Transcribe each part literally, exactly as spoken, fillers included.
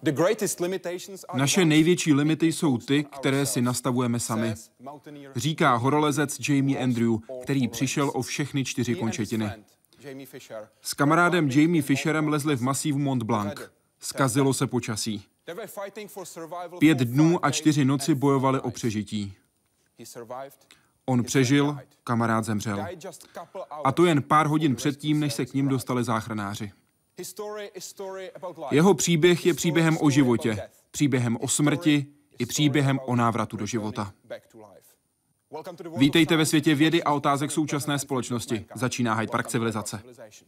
Naše největší limity jsou ty, které si nastavujeme sami, říká horolezec Jamie Andrew, který přišel o všechny čtyři končetiny. S kamarádem Jamie Fisherem lezli v masívu Mont Blanc. Zkazilo se počasí. Pět dnů a čtyři noci bojovali o přežití. On přežil, kamarád zemřel. A to jen pár hodin předtím, než se k ním dostali záchranáři. Jeho příběh je příběhem o životě, příběhem o smrti i příběhem o návratu do života. Vítejte ve světě vědy a otázek současné společnosti. Začíná Hyde Park civilizace.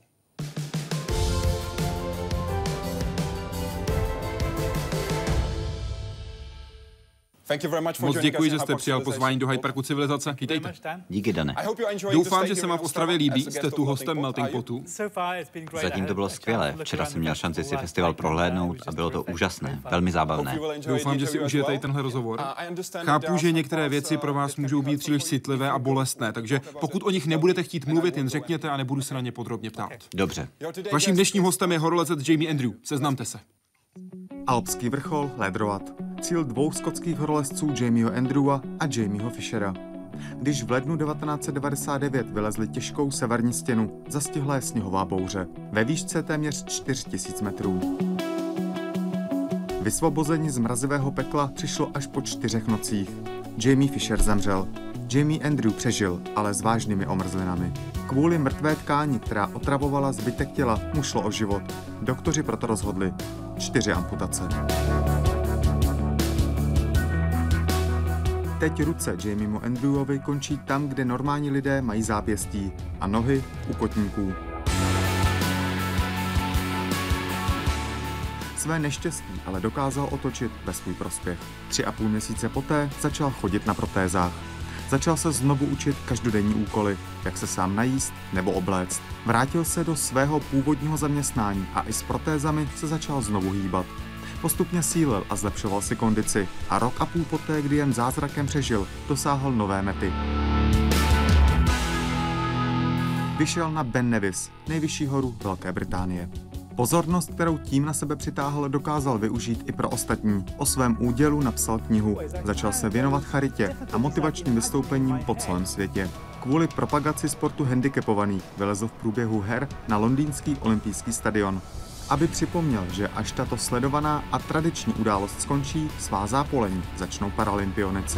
Moc děkuji, že jste přijal pozvání do Hyde Parku civilizace. Vítejte. Díky, Dane. Doufám, že se vám v Ostravě líbí. Jste tu hostem Melting Potu. Zatím to bylo skvělé. Včera jsem měl šanci si festival prohlédnout a bylo to úžasné, velmi zábavné. Doufám, že si užijete i tenhle rozhovor. Chápu, že některé věci pro vás můžou být příliš citlivé a bolestné, takže pokud o nich nebudete chtít mluvit, jen řekněte a nebudu se na ně podrobně ptát. Dobře. Vaším dnešním hostem je horolezec Jamie Andrew. Seznamte se. Alpský vrchol Ledroat. Cíl dvou skotských horolezců Jamieho Andrewa a Jamieho Fishera. Když v lednu devatenáct set devadesát devět vylezli těžkou severní stěnu, zastihla je sněhová bouře. Ve výšce téměř čtyři tisíce metrů. Vysvobození z mrazivého pekla přišlo až po čtyřech nocích. Jamie Fisher zemřel. Jamie Andrew přežil, ale s vážnými omrzlinami. Kvůli mrtvé tkáni, která otravovala zbytek těla, mu šlo o život. Doktoři proto rozhodli. Čtyři amputace. Teď ruce Jamiemu Andrewovi končí tam, kde normální lidé mají zápěstí, a nohy u kotníků. Své neštěstí ale dokázal otočit ve svůj prospěch. Tři a půl měsíce poté začal chodit na protézách. Začal se znovu učit každodenní úkoly, jak se sám najíst nebo obléct. Vrátil se do svého původního zaměstnání a i s protézami se začal znovu hýbat. Postupně sílil a zlepšoval si kondici a rok a půl poté, kdy jen zázrakem přežil, dosáhl nové mety. Vyšel na Ben Nevis, nejvyšší horu Velké Británie. Pozornost, kterou tím na sebe přitáhl, dokázal využít i pro ostatní. O svém údělu napsal knihu, začal se věnovat charitě a motivačním vystoupením po celém světě. Kvůli propagaci sportu handicapovaných vylezl v průběhu her na londýnský olympijský stadion, aby připomněl, že až tato sledovaná a tradiční událost skončí, svá zápolení začnou paralympionici.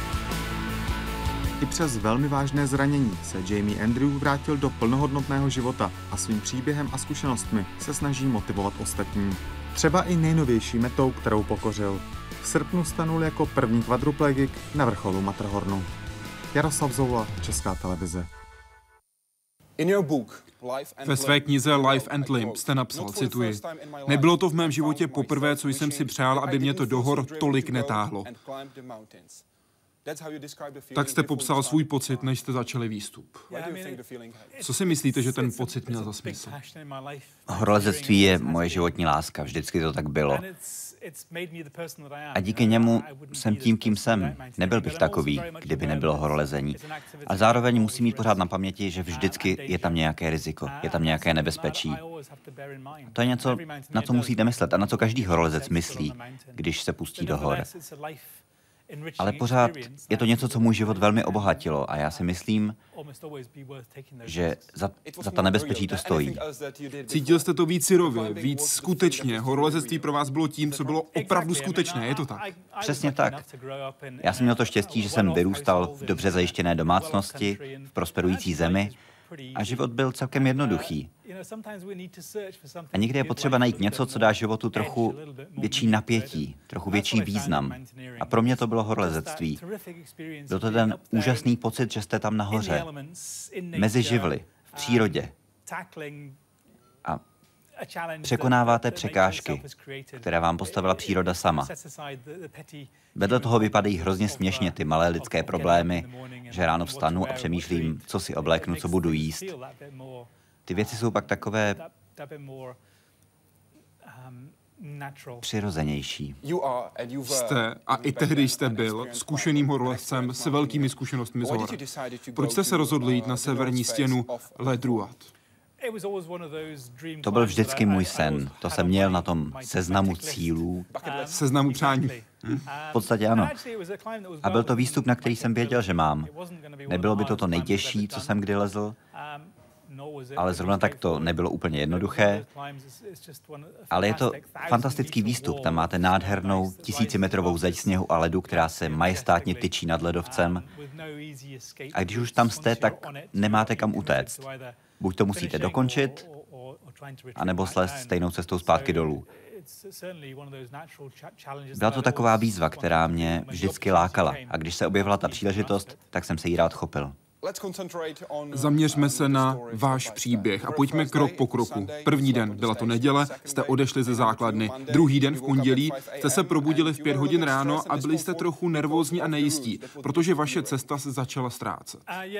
I přes velmi vážné zranění se Jamie Andrew vrátil do plnohodnotného života a svým příběhem a zkušenostmi se snaží motivovat ostatní. Třeba i nejnovější metou, kterou pokořil. V srpnu stanul jako první kvadruplegik na vrcholu Matterhornu. Jaroslav Zoula, Česká televize. Ve své knize Life and Limb jste napsal, cituji, nebylo to v mém životě poprvé, co jsem si přál, aby mě to do hor tolik netáhlo. Tak jste popsal svůj pocit, než jste začali výstup. Co si myslíte, že ten pocit měl za smysl? Horolezectví je moje životní láska, vždycky to tak bylo. A díky němu jsem tím, kým jsem. Nebyl bych takový, kdyby nebylo horolezení. A zároveň musím mít pořád na paměti, že vždycky je tam nějaké riziko, je tam nějaké nebezpečí. To je něco, na co musíte myslet a na co každý horolezec myslí, když se pustí do hor. Ale pořád je to něco, co můj život velmi obohatilo a já si myslím, že za, za ta nebezpečí to stojí. Cítil jste to víc syrově, víc skutečně. Horolezectví pro vás bylo tím, co bylo opravdu skutečné, je to tak? Přesně tak. Já jsem měl to štěstí, že jsem vyrůstal v dobře zajištěné domácnosti, v prosperující zemi a život byl celkem jednoduchý. A někdy je potřeba najít něco, co dá životu trochu větší napětí, trochu větší význam. A pro mě to bylo horolezectví. Byl to ten úžasný pocit, že jste tam nahoře, mezi živly, v přírodě. A překonáváte překážky, které vám postavila příroda sama. Vedle toho vypadají hrozně směšně ty malé lidské problémy, že ráno vstanu a přemýšlím, co si obléknu, co budu jíst. Ty věci jsou pak takové přirozenější. Jste, a i tehdy jste byl, zkušeným horolezcem s velkými zkušenostmi z hor. Proč jste se rozhodli jít na severní stěnu Ledroat? To byl vždycky můj sen. To jsem měl na tom seznamu cílů. Seznamu přání. V podstatě ano. A byl to výstup, na který jsem věděl, že mám. Nebylo by to to nejtěžší, co jsem kdy lezl, ale zrovna tak to nebylo úplně jednoduché. Ale je to fantastický výstup. Tam máte nádhernou tisícimetrovou zeď sněhu a ledu, která se majestátně tyčí nad ledovcem. A když už tam jste, tak nemáte kam utéct. Buď to musíte dokončit, anebo slézt stejnou cestou zpátky dolů. Byla to taková výzva, která mě vždycky lákala. A když se objevila ta příležitost, tak jsem se jí rád chopil. Zaměřme se na váš příběh a pojďme krok po kroku. První den, byla to neděle, jste odešli ze základny. Druhý den v pondělí jste se probudili v pět hodin ráno a byli jste trochu nervózní a nejistí, protože vaše cesta se začala ztrácet.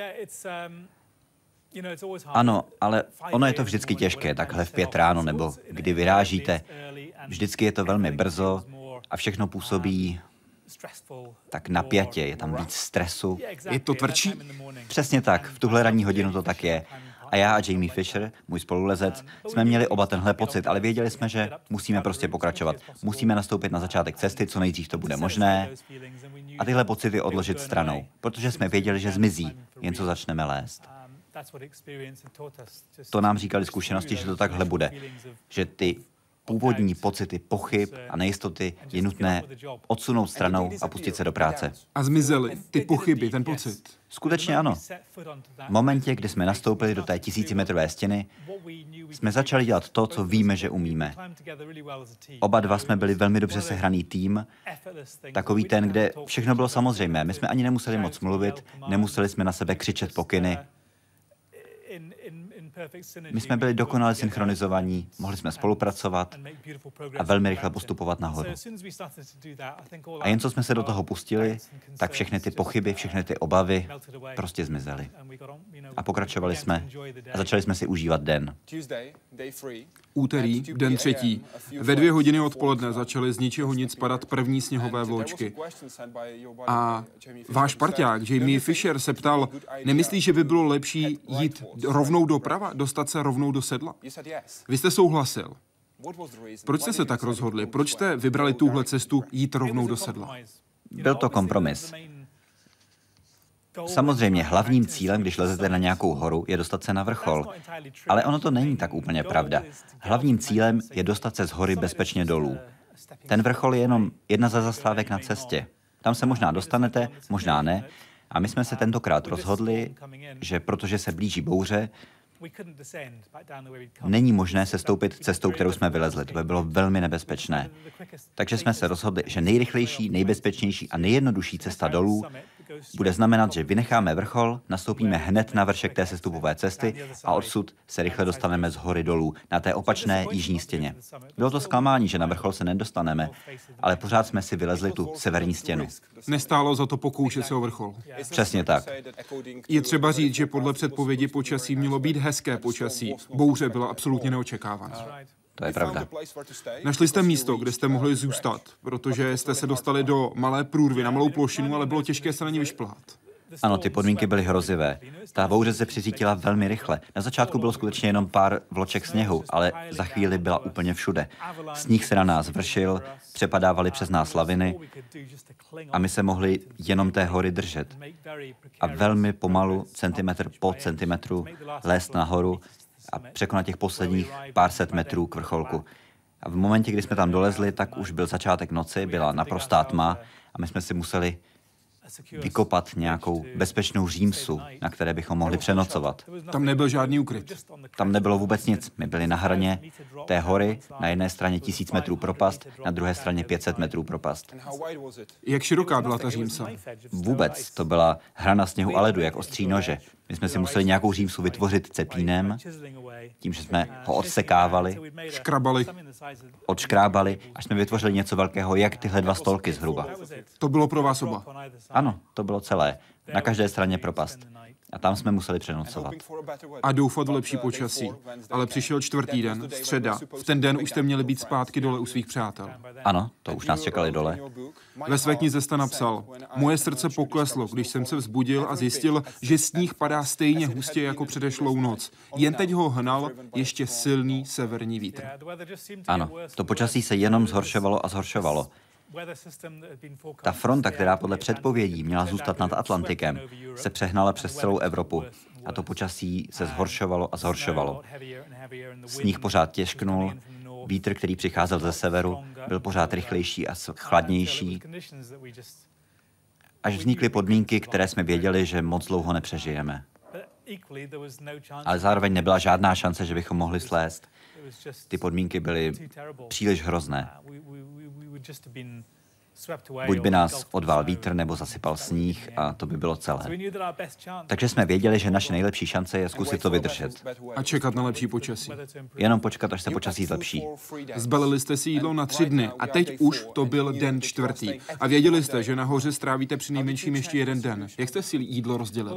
Ano, ale ono je to vždycky těžké, takhle v pět ráno, nebo kdy vyrážíte. Vždycky je to velmi brzo a všechno působí tak napjatě, je tam víc stresu. Je to tvrdší? Přesně tak, v tuhle ranní hodinu to tak je. A já a Jamie Fisher, můj spolulezec, jsme měli oba tenhle pocit, ale věděli jsme, že musíme prostě pokračovat. Musíme nastoupit na začátek cesty, co nejdřív to bude možné, a tyhle pocity odložit stranou, protože jsme věděli, že zmizí, jen co začneme lézt. To nám říkali zkušenosti, že to takhle bude, že ty původní pocity pochyb a nejistoty je nutné odsunout stranou a pustit se do práce. A zmizely ty pochyby, ten pocit? Skutečně ano. V momentě, kdy jsme nastoupili do té tisícimetrové stěny, jsme začali dělat to, co víme, že umíme. Oba dva jsme byli velmi dobře sehraný tým, takový ten, kde všechno bylo samozřejmé. My jsme ani nemuseli moc mluvit, nemuseli jsme na sebe křičet pokyny. My jsme byli dokonale synchronizovaní, mohli jsme spolupracovat a velmi rychle postupovat nahoru. A jen co jsme se do toho pustili, tak všechny ty pochyby, všechny ty obavy prostě zmizely. A pokračovali jsme a začali jsme si užívat den. Úterý, den třetí. Ve dvě hodiny odpoledne začaly z ničeho nic padat první sněhové vločky. A váš parťák Jamie Fisher se ptal, nemyslí, že by bylo lepší jít rovnou doprava, dostat se rovnou do sedla? Vy jste souhlasil. Proč jste se tak rozhodli? Proč jste vybrali tuhle cestu jít rovnou do sedla? Byl to kompromis. Samozřejmě hlavním cílem, když lezete na nějakou horu, je dostat se na vrchol. Ale ono to není tak úplně pravda. Hlavním cílem je dostat se z hory bezpečně dolů. Ten vrchol je jenom jedna ze zastávek na cestě. Tam se možná dostanete, možná ne. A my jsme se tentokrát rozhodli, že protože se blíží bouře, není možné se stoupit cestou, kterou jsme vylezli. To by bylo velmi nebezpečné. Takže jsme se rozhodli, že nejrychlejší, nejbezpečnější a nejjednodušší cesta dolů bude znamenat, že vynecháme vrchol, nastoupíme hned na vršek té sestupové cesty a odsud se rychle dostaneme z hory dolů, na té opačné jižní stěně. Bylo to zklamání, že na vrchol se nedostaneme, ale pořád jsme si vylezli tu severní stěnu. Nestálo za to pokoušet se o vrchol. Přesně tak. Je třeba říct, že podle předpovědi počasí mělo být hezké počasí. Bouře byla absolutně neočekávaná. To je pravda. Našli jste místo, kde jste mohli zůstat, protože jste se dostali do malé průrvy, na malou plošinu, ale bylo těžké se na ní vyšplhat. Ano, ty podmínky byly hrozivé. Ta bouře se přiřítila velmi rychle. Na začátku bylo skutečně jenom pár vloček sněhu, ale za chvíli byla úplně všude. Sníh se na nás vršil, přepadávaly přes nás laviny a my se mohli jenom té hory držet. A velmi pomalu, centimetr po centimetru, lézt nahoru a překonat těch posledních pár set metrů k vrcholku. A v momentě, kdy jsme tam dolezli, tak už byl začátek noci, byla naprostá tma a my jsme si museli vykopat nějakou bezpečnou římsu, na které bychom mohli přenocovat. Tam nebyl žádný úkryt. Tam nebylo vůbec nic. My byli na hraně té hory, na jedné straně tisíc metrů propast, na druhé straně pět set metrů propast. Jak široká byla ta římsa? Vůbec. To byla hrana sněhu a ledu, jak ostří nože. My jsme si museli nějakou římsu vytvořit cepínem, tím, že jsme ho odsekávali, škrabali, odškrábali, až jsme vytvořili něco velkého, jak tyhle dva stolky zhruba. To bylo pro vás oba? Ano, to bylo celé. Na každé straně propast. A tam jsme museli přenocovat. A doufat v lepší počasí. Ale přišel čtvrtý den, středa. V ten den už jste měli být zpátky dole u svých přátel. Ano, to už nás čekali dole. Ve své knize jste napsal: moje srdce pokleslo, když jsem se vzbudil a zjistil, že sníh padá stejně hustě jako předešlou noc. Jen teď ho hnal ještě silný severní vítr. Ano, to počasí se jenom zhoršovalo a zhoršovalo. Ta fronta, která podle předpovědí měla zůstat nad Atlantikem, se přehnala přes celou Evropu a to počasí se zhoršovalo a zhoršovalo. Sníh pořád těžknul, vítr, který přicházel ze severu, byl pořád rychlejší a chladnější, až vznikly podmínky, které jsme věděli, že moc dlouho nepřežijeme. Ale zároveň nebyla žádná šance, že bychom mohli slézt. Ty podmínky byly příliš hrozné. Buď by nás odval vítr, nebo zasypal sníh a to by bylo celé. Takže jsme věděli, že naše nejlepší šance je zkusit to vydržet. A čekat na lepší počasí. Jenom počkat, až se počasí zlepší. Zbalili jste si jídlo na tři dny a teď už to byl den čtvrtý. A věděli jste, že nahoře strávíte přinejmenším ještě jeden den. Jak jste si jídlo rozdělili?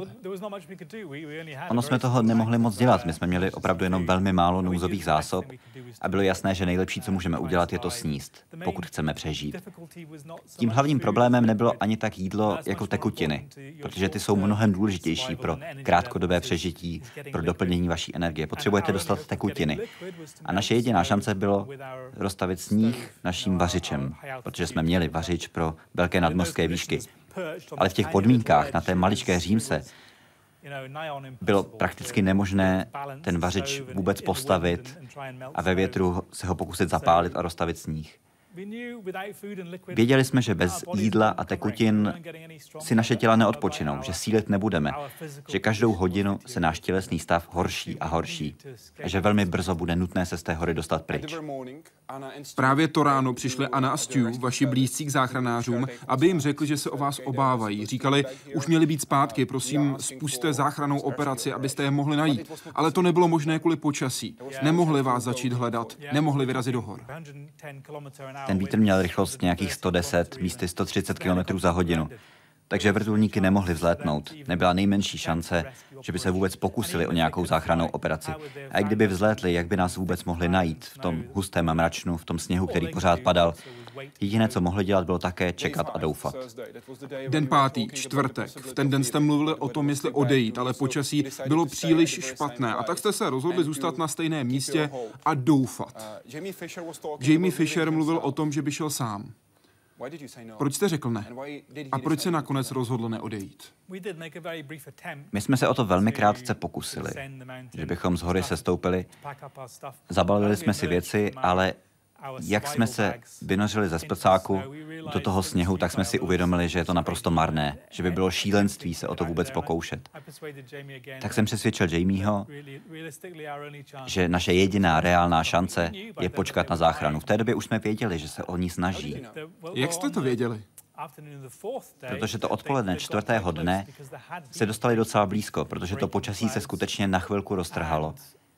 Ono jsme toho nemohli moc dělat. My jsme měli opravdu jenom velmi málo nouzových zásob a bylo jasné, že nejlepší, co můžeme udělat, je to sníst, pokud chceme přežít. Tím hlavním problémem nebylo ani tak jídlo jako tekutiny, protože ty jsou mnohem důležitější pro krátkodobé přežití, pro doplnění vaší energie. Potřebujete dostat tekutiny. A naše jediná šance bylo rozstavit sníh naším vařičem, protože jsme měli vařič pro velké nadmořské výšky. Ale v těch podmínkách na té maličké římse bylo prakticky nemožné ten vařič vůbec postavit a ve větru se ho pokusit zapálit a rozstavit sníh. Věděli jsme, že bez jídla a tekutin si naše těla neodpočinou, že sílit nebudeme, že každou hodinu se náš tělesný stav horší a horší a že velmi brzo bude nutné se z té hory dostat pryč. Právě to ráno přišli Anna a Stu, vaši blízcí, k záchranářům, aby jim řekli, že se o vás obávají. Říkali, už měli být zpátky, prosím, spusťte záchrannou operaci, abyste je mohli najít. Ale to nebylo možné kvůli počasí. Nemohli vás začít hledat, nemohli vyrazit do hor. Ten vítr měl rychlost nějakých sto deset, místy sto třicet kilometrů za hodinu. Takže vrtulníky nemohly vzlétnout. Nebyla nejmenší šance, že by se vůbec pokusili o nějakou záchrannou operaci. A i kdyby vzlétli, jak by nás vůbec mohli najít v tom hustém mračnu, v tom sněhu, který pořád padal. Jediné, co mohli dělat, bylo také čekat a doufat. Den pátý, čtvrtek. V ten den jste mluvili o tom, jestli odejít, ale počasí bylo příliš špatné a tak jste se rozhodli zůstat na stejném místě a doufat. Jamie Fisher mluvil o tom, že by šel sám. Proč jste řekl ne? A proč se nakonec rozhodl neodejít? My jsme se o to velmi krátce pokusili, že bychom z hory sestoupili, zabalili jsme si věci, ale jak jsme se vynořili ze spacáku do toho sněhu, tak jsme si uvědomili, že je to naprosto marné, že by bylo šílenství se o to vůbec pokoušet. Tak jsem přesvědčil Jamieho, že naše jediná reálná šance je počkat na záchranu. V té době už jsme věděli, že se o ní snaží. Jak jste to věděli? Protože to odpoledne čtvrtého dne se dostali docela blízko, protože to počasí se skutečně na chvilku roztrhalo.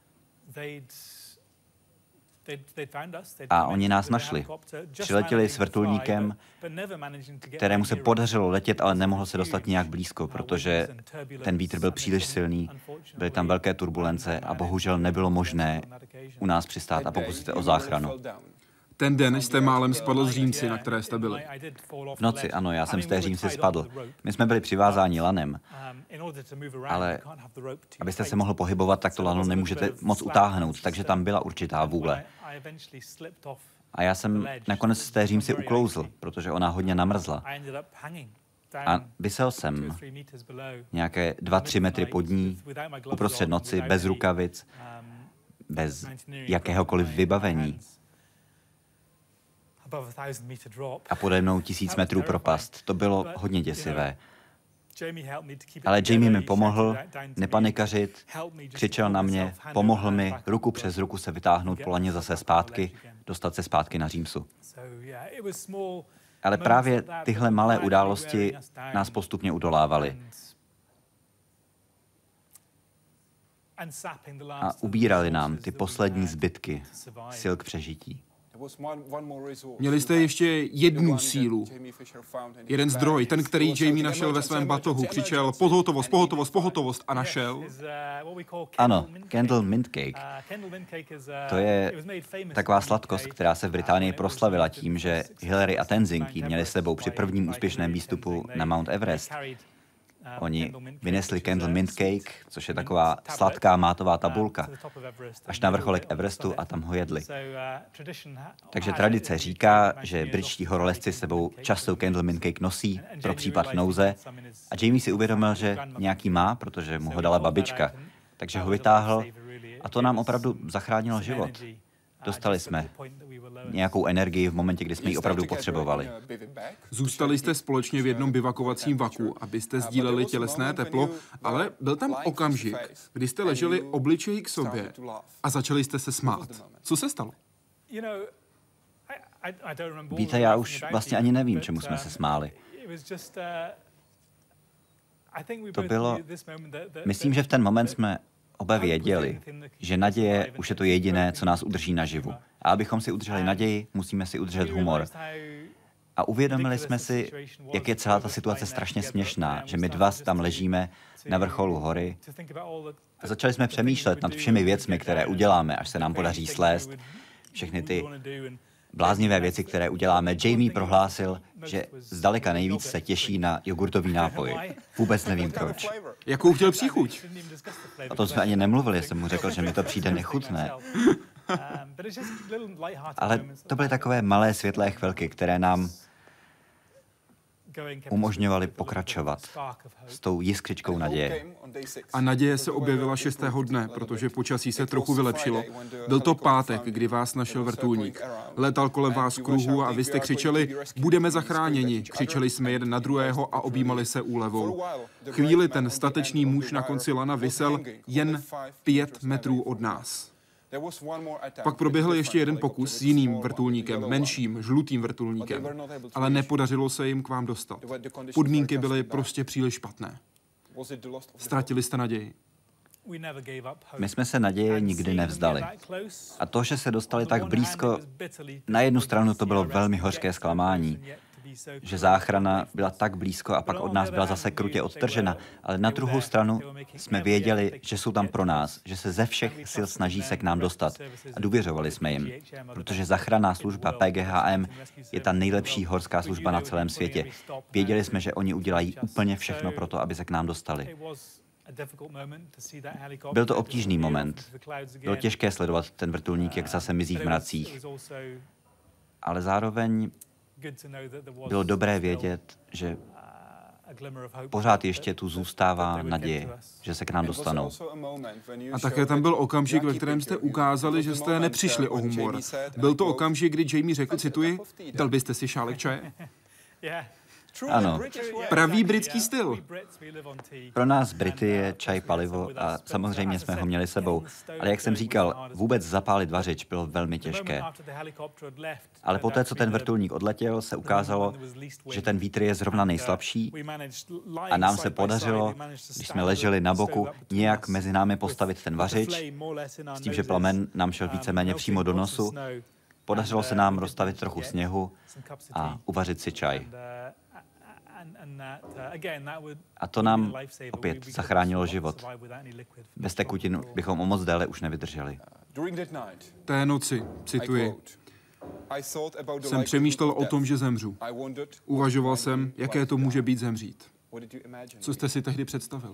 A oni nás našli. Přiletěli s vrtulníkem, kterému se podařilo letět, ale nemohlo se dostat nějak blízko, protože ten vítr byl příliš silný, byly tam velké turbulence a bohužel nebylo možné u nás přistát a pokusit se o záchranu. Ten den jste málem spadl z římsy, na které jste byli. V noci, ano, já jsem z té římsy spadl. My jsme byli přivázáni lanem, ale abyste se mohl pohybovat, tak to lano nemůžete moc utáhnout, takže tam byla určitá vůle. A já jsem nakonec z té římsy uklouzl, protože ona hodně namrzla. A visel jsem nějaké dva, tři metry pod ní, uprostřed noci, bez rukavic, bez jakéhokoliv vybavení. A pode mnou tisíc metrů propast. To bylo hodně děsivé. Ale Jamie mi pomohl nepanikařit, křičel na mě, pomohl mi ruku přes ruku se vytáhnout po laně zase zpátky, dostat se zpátky na římsu. Ale právě tyhle malé události nás postupně udolávaly. A ubírali nám ty poslední zbytky sil k přežití. Měli jste ještě jednu sílu. Jeden zdroj, ten, který Jamie našel ve svém batohu, křičel pohotovost, pohotovost, pohotovost a našel. Ano, Candle Mint Cake. To je taková sladkost, která se v Británii proslavila tím, že Hillary a Tenzing ji měli s sebou při prvním úspěšném výstupu na Mount Everest. Oni vynesli Candle Mint Cake, což je taková sladká mátová tabulka, až na vrcholek Everestu a tam ho jedli. Takže tradice říká, že britští horolezci sebou často Candle Mint Cake nosí pro případ nouze a Jamie si uvědomil, že nějaký má, protože mu ho dala babička, takže ho vytáhl a to nám opravdu zachránilo život. Dostali jsme nějakou energii v momentě, kdy jsme ji opravdu potřebovali. Zůstali jste společně v jednom bivakovacím vaku, abyste sdíleli tělesné teplo, ale byl tam okamžik, kdy jste leželi obličeji k sobě a začali jste se smát. Co se stalo? Víte, já už vlastně ani nevím, čemu jsme se smáli. To bylo... Myslím, že v ten moment jsme oba věděli, že naděje už je to jediné, co nás udrží naživu. A abychom si udrželi naději, musíme si udržet humor. A uvědomili jsme si, jak je celá ta situace strašně směšná, že my dva tam ležíme na vrcholu hory a začali jsme přemýšlet nad všemi věcmi, které uděláme, až se nám podaří slést. Všechny ty bláznivé věci, které uděláme. Jamie prohlásil, že zdaleka nejvíc se těší na jogurtový nápoj. Vůbec nevím proč. Jakou chtěl příchuť? O tom jsme ani nemluvili, jsem mu řekl, že mi to přijde nechutné. Ale to byly takové malé světlé chvilky, které nám umožňovaly pokračovat s tou jiskřičkou naděje. A naděje se objevila šestého dne, protože počasí se trochu vylepšilo. Byl to pátek, kdy vás našel vrtulník. Letal kolem vás kruhu a vy jste křičeli, budeme zachráněni. Křičeli jsme jeden na druhého a objímali se úlevou. Chvíli ten statečný muž na konci lana visel jen pět metrů od nás. Pak proběhl ještě jeden pokus s jiným vrtulníkem, menším, žlutým vrtulníkem, ale nepodařilo se jim k vám dostat. Podmínky byly prostě příliš špatné. Ztratili jste naději. My jsme se naděje nikdy nevzdali. A to, že se dostali tak blízko, na jednu stranu to bylo velmi hořké zklamání, že záchrana byla tak blízko a pak od nás byla zase krutě odtržena, ale na druhou stranu jsme věděli, že jsou tam pro nás, že se ze všech sil snaží se k nám dostat a důvěřovali jsme jim, protože záchranná služba P G H M je ta nejlepší horská služba na celém světě. Věděli jsme, že oni udělají úplně všechno pro to, aby se k nám dostali. Byl to obtížný moment. Bylo těžké sledovat ten vrtulník, jak zase mizí v mracích. Ale zároveň bylo dobré vědět, že pořád ještě tu zůstává naděje, že se k nám dostanou. A také tam byl okamžik, ve kterém jste ukázali, že jste nepřišli o humor. Byl to okamžik, kdy Jamie řekl, cituji, dal byste si šálek čaje? Ano. Pravý britský styl. Pro nás Brity je čaj palivo a samozřejmě jsme ho měli sebou. Ale jak jsem říkal, vůbec zapálit vařič bylo velmi těžké. Ale poté, co ten vrtulník odletěl, se ukázalo, že ten vítr je zrovna nejslabší a nám se podařilo, když jsme leželi na boku, nějak mezi námi postavit ten vařič, s tím, že plamen nám šel víceméně přímo do nosu. Podařilo se nám rozstavit trochu sněhu a uvařit si čaj. A to nám opět zachránilo život. Bez tekutin bychom o moc déle už nevydrželi. Té noci, cituji, jsem přemýšlel o tom, že zemřu. Uvažoval jsem, jaké to může být zemřít. Co jste si tehdy představil?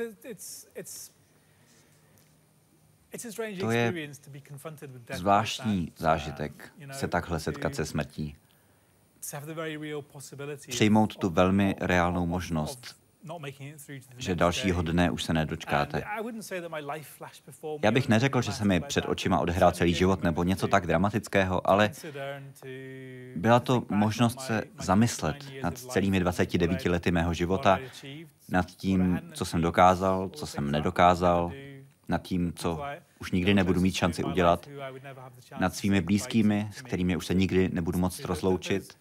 To je zvláštní zážitek se takhle setkat se smrtí. Přijmout tu velmi reálnou možnost, že dalšího dne už se nedočkáte. Já bych neřekl, že se mi před očima odehrál celý život nebo něco tak dramatického, ale byla to možnost se zamyslet nad celými dvaceti devíti lety mého života, nad tím, co jsem dokázal, co jsem nedokázal, nad tím, co už nikdy nebudu mít šanci udělat, nad svými blízkými, s kterými už se nikdy nebudu moct rozloučit.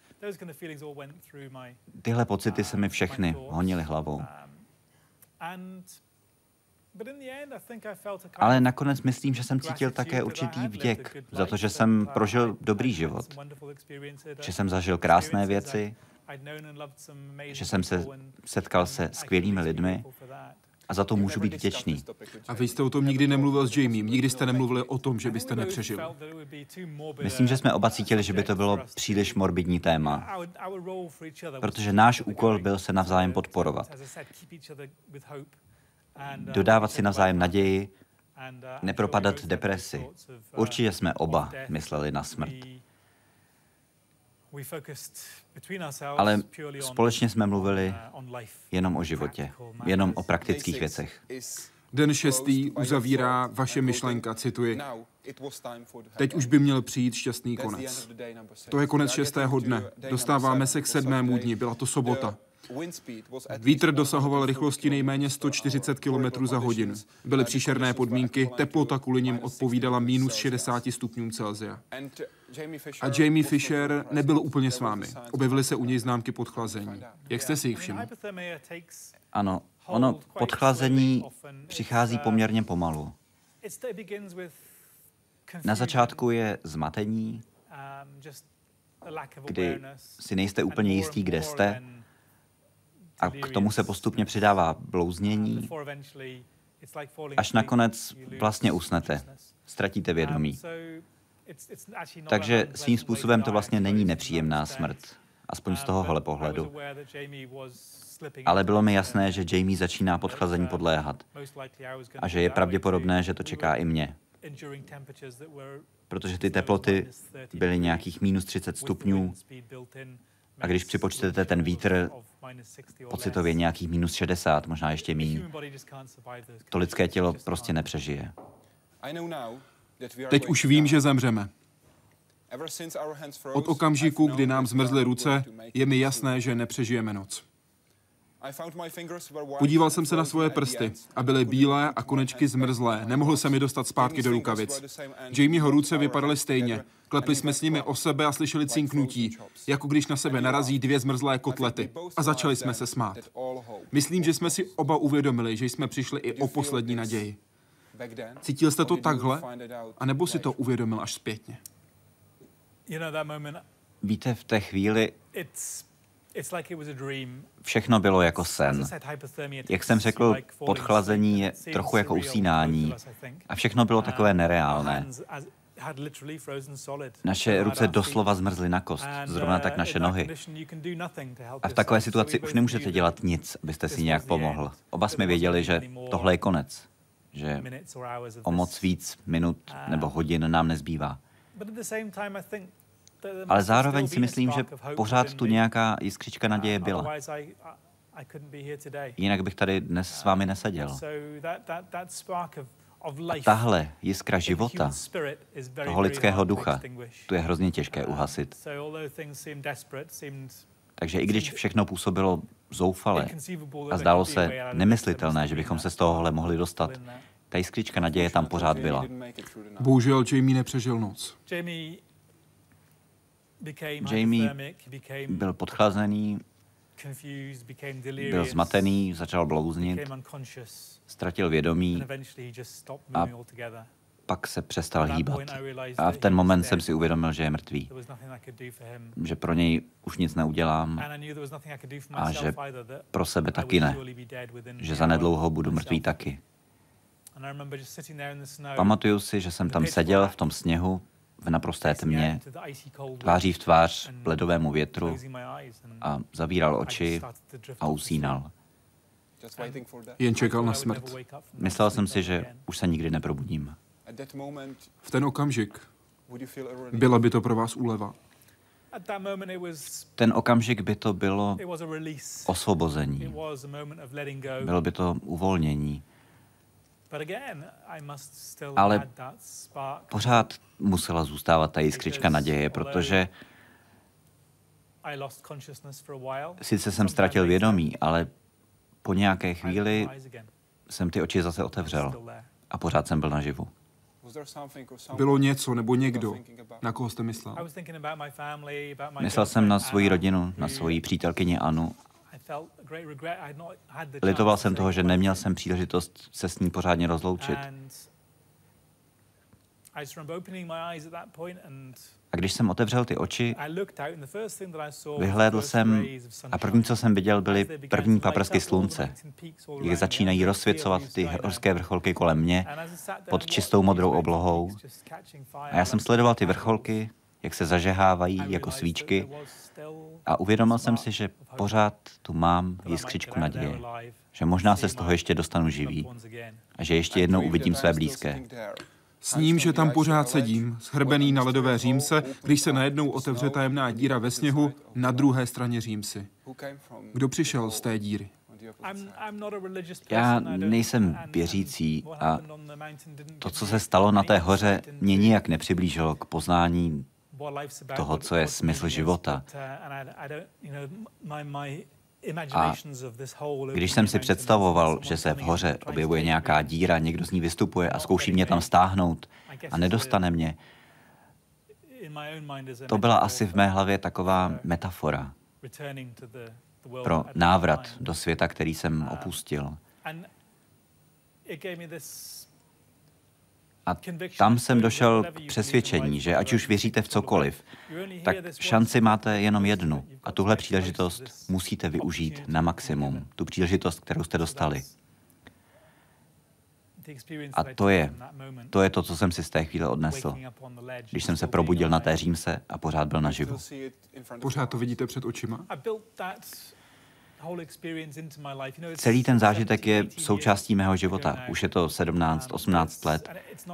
Tyhle pocity se mi všechny honily hlavou. Ale nakonec myslím, že jsem cítil také určitý vděk za to, že jsem prožil dobrý život, že jsem zažil krásné věci, že jsem se setkal se skvělými lidmi a za to můžu být vděčný. A vy jste o tom nikdy nemluvil s Jamiem, nikdy jste nemluvili o tom, že byste nepřežil. Myslím, že jsme oba cítili, že by to bylo příliš morbidní téma, protože náš úkol byl se navzájem podporovat. Dodávat si navzájem naději, nepropadat depresi. Určitě jsme oba mysleli na smrt. Ale společně jsme mluvili jenom o životě, jenom o praktických věcech. Den šestý uzavírá vaše myšlenka, cituji. Teď už by měl přijít šťastný konec. To je konec šestého dne. Dostáváme se k sedmému dni, byla to sobota. Vítr dosahoval rychlosti nejméně sto čtyřicet kilometrů za hodinu. Byly příšerné podmínky, teplota kvůli nim odpovídala minus šedesát stupňům Celsia. A Jamie Fisher nebyl úplně s vámi. Objevily se u něj známky podchlazení. Jak jste si jich všiml? Ano, ono podchlazení přichází poměrně pomalu. Na začátku je zmatení, kdy si nejste úplně jistí, kde jste, a k tomu se postupně přidává blouznění, až nakonec vlastně usnete, ztratíte vědomí. Takže svým způsobem to vlastně není nepříjemná smrt, aspoň z tohohle pohledu. Ale bylo mi jasné, že Jamie začíná podchlazení podléhat a že je pravděpodobné, že to čeká i mě. Protože ty teploty byly nějakých minus třicet stupňů a když připočtete ten vítr, pocitově nějakých minus šedesát, možná ještě míň. To lidské tělo prostě nepřežije. Teď už vím, že zemřeme. Od okamžiku, kdy nám zmrzly ruce, je mi jasné, že nepřežijeme noc. Podíval jsem se na svoje prsty a byly bílé a konečky zmrzlé. Nemohl jsem je dostat zpátky do rukavic. Jamieho ruce vypadaly stejně. Klepli jsme s nimi o sebe a slyšeli cinknutí, jako když na sebe narazí dvě zmrzlé kotlety. A začali jsme se smát. Myslím, že jsme si oba uvědomili, že jsme přišli i o poslední naději. Cítil jste to takhle? A nebo si to uvědomil až zpětně? Víte, v té chvíli všechno bylo jako sen. Jak jsem řekl, podchlazení je trochu jako usínání a všechno bylo takové nereálné. Naše ruce doslova zmrzly na kost, zrovna tak naše nohy. A v takové situaci už nemůžete dělat nic, abyste si nějak pomohl. Oba jsme věděli, že tohle je konec, že o moc víc minut nebo hodin nám nezbývá. Ale zároveň si myslím, že pořád tu nějaká jiskřička naděje byla. Jinak bych tady dnes s vámi neseděl. A tahle jiskra života, toho lidského ducha, tu je hrozně těžké uhasit. Takže i když všechno působilo zoufale a zdálo se nemyslitelné, že bychom se z tohohle mohli dostat, ta jiskřička naděje tam pořád byla. Bohužel Jamie nepřežil noc. Jamie byl podchlazený, byl zmatený, začal blouznit, ztratil vědomí a pak se přestal hýbat. A v ten moment jsem si uvědomil, že je mrtvý. Že pro něj už nic neudělám a že pro sebe taky ne. Že zanedlouho budu mrtvý taky. Pamatuju si, že jsem tam seděl v tom sněhu, v naprosté tmě, tváří v tvář ledovému větru a zavíral oči a usínal. Jen čekal na smrt. Myslel jsem si, že už se nikdy neprobudím. V ten okamžik byla by to pro vás úleva. Ten okamžik by to bylo osvobození. Bylo by to uvolnění. Ale pořád musela zůstávat ta jiskřička naděje, protože sice jsem ztratil vědomí, ale po nějaké chvíli jsem ty oči zase otevřel a pořád jsem byl naživu. Bylo něco nebo někdo, na koho jste myslel? Myslel jsem na svoji rodinu, na svoji přítelkyni Anu Litoval jsem toho, že neměl jsem příležitost se s ní pořádně rozloučit. A když jsem otevřel ty oči, vyhlédl jsem a první, co jsem viděl, byly první paprsky slunce, jak začínají rozsvěcovat ty horské vrcholky kolem mě pod čistou modrou oblohou. A já jsem sledoval ty vrcholky, jak se zažehávají jako svíčky a uvědomil jsem si, že pořád tu mám jiskřičku naděje, že možná se z toho ještě dostanu živý a že ještě jednou uvidím své blízké. S ním, že tam pořád sedím, shrbený na ledové římse, když se najednou otevře tajemná díra ve sněhu na druhé straně římsy. Kdo přišel z té díry? Já nejsem věřící a to, co se stalo na té hoře, mě nijak nepřiblížilo k poznání toho, co je smysl života. A když jsem si představoval, že se v hoře objevuje nějaká díra, někdo z ní vystupuje a zkouší mě tam stáhnout a nedostane mě, to byla asi v mé hlavě taková metafora pro návrat do světa, který jsem opustil. A tam jsem došel k přesvědčení, že ať už věříte v cokoliv, tak šanci máte jenom jednu a tuhle příležitost musíte využít na maximum. Tu příležitost, kterou jste dostali. A to je, to je to, co jsem si z té chvíle odnesl, když jsem se probudil na té římse a pořád byl naživu. Pořád to vidíte před očima? Celý ten zážitek je součástí mého života. Už je to sedmnáct, osmnáct let.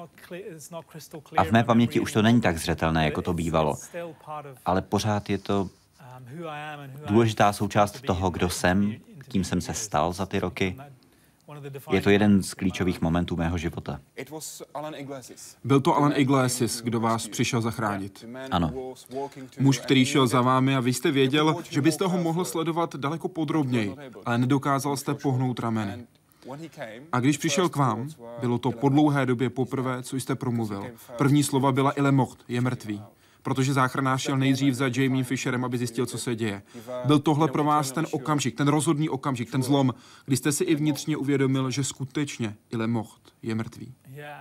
A v mé paměti už to není tak zřetelné, jako to bývalo. Ale pořád je to důležitá součást toho, kdo jsem, kým jsem se stal za ty roky. Je to jeden z klíčových momentů mého života. Byl to Alan Iglesias, kdo vás přišel zachránit. Ano. Muž, který šel za vámi a vy jste věděl, že byste ho mohl sledovat daleko podrobněji, ale nedokázal jste pohnout rameny. A když přišel k vám, bylo to po dlouhé době poprvé, co jste promluvil. První slova byla "Il est mort", je mrtvý. Protože záchranář šel nejdřív za Jamiem Fisherem, aby zjistil, co se děje. Byl tohle pro vás ten okamžik, ten rozhodný okamžik, ten zlom, kdy jste si i vnitřně uvědomil, že skutečně Il est mort, je mrtvý.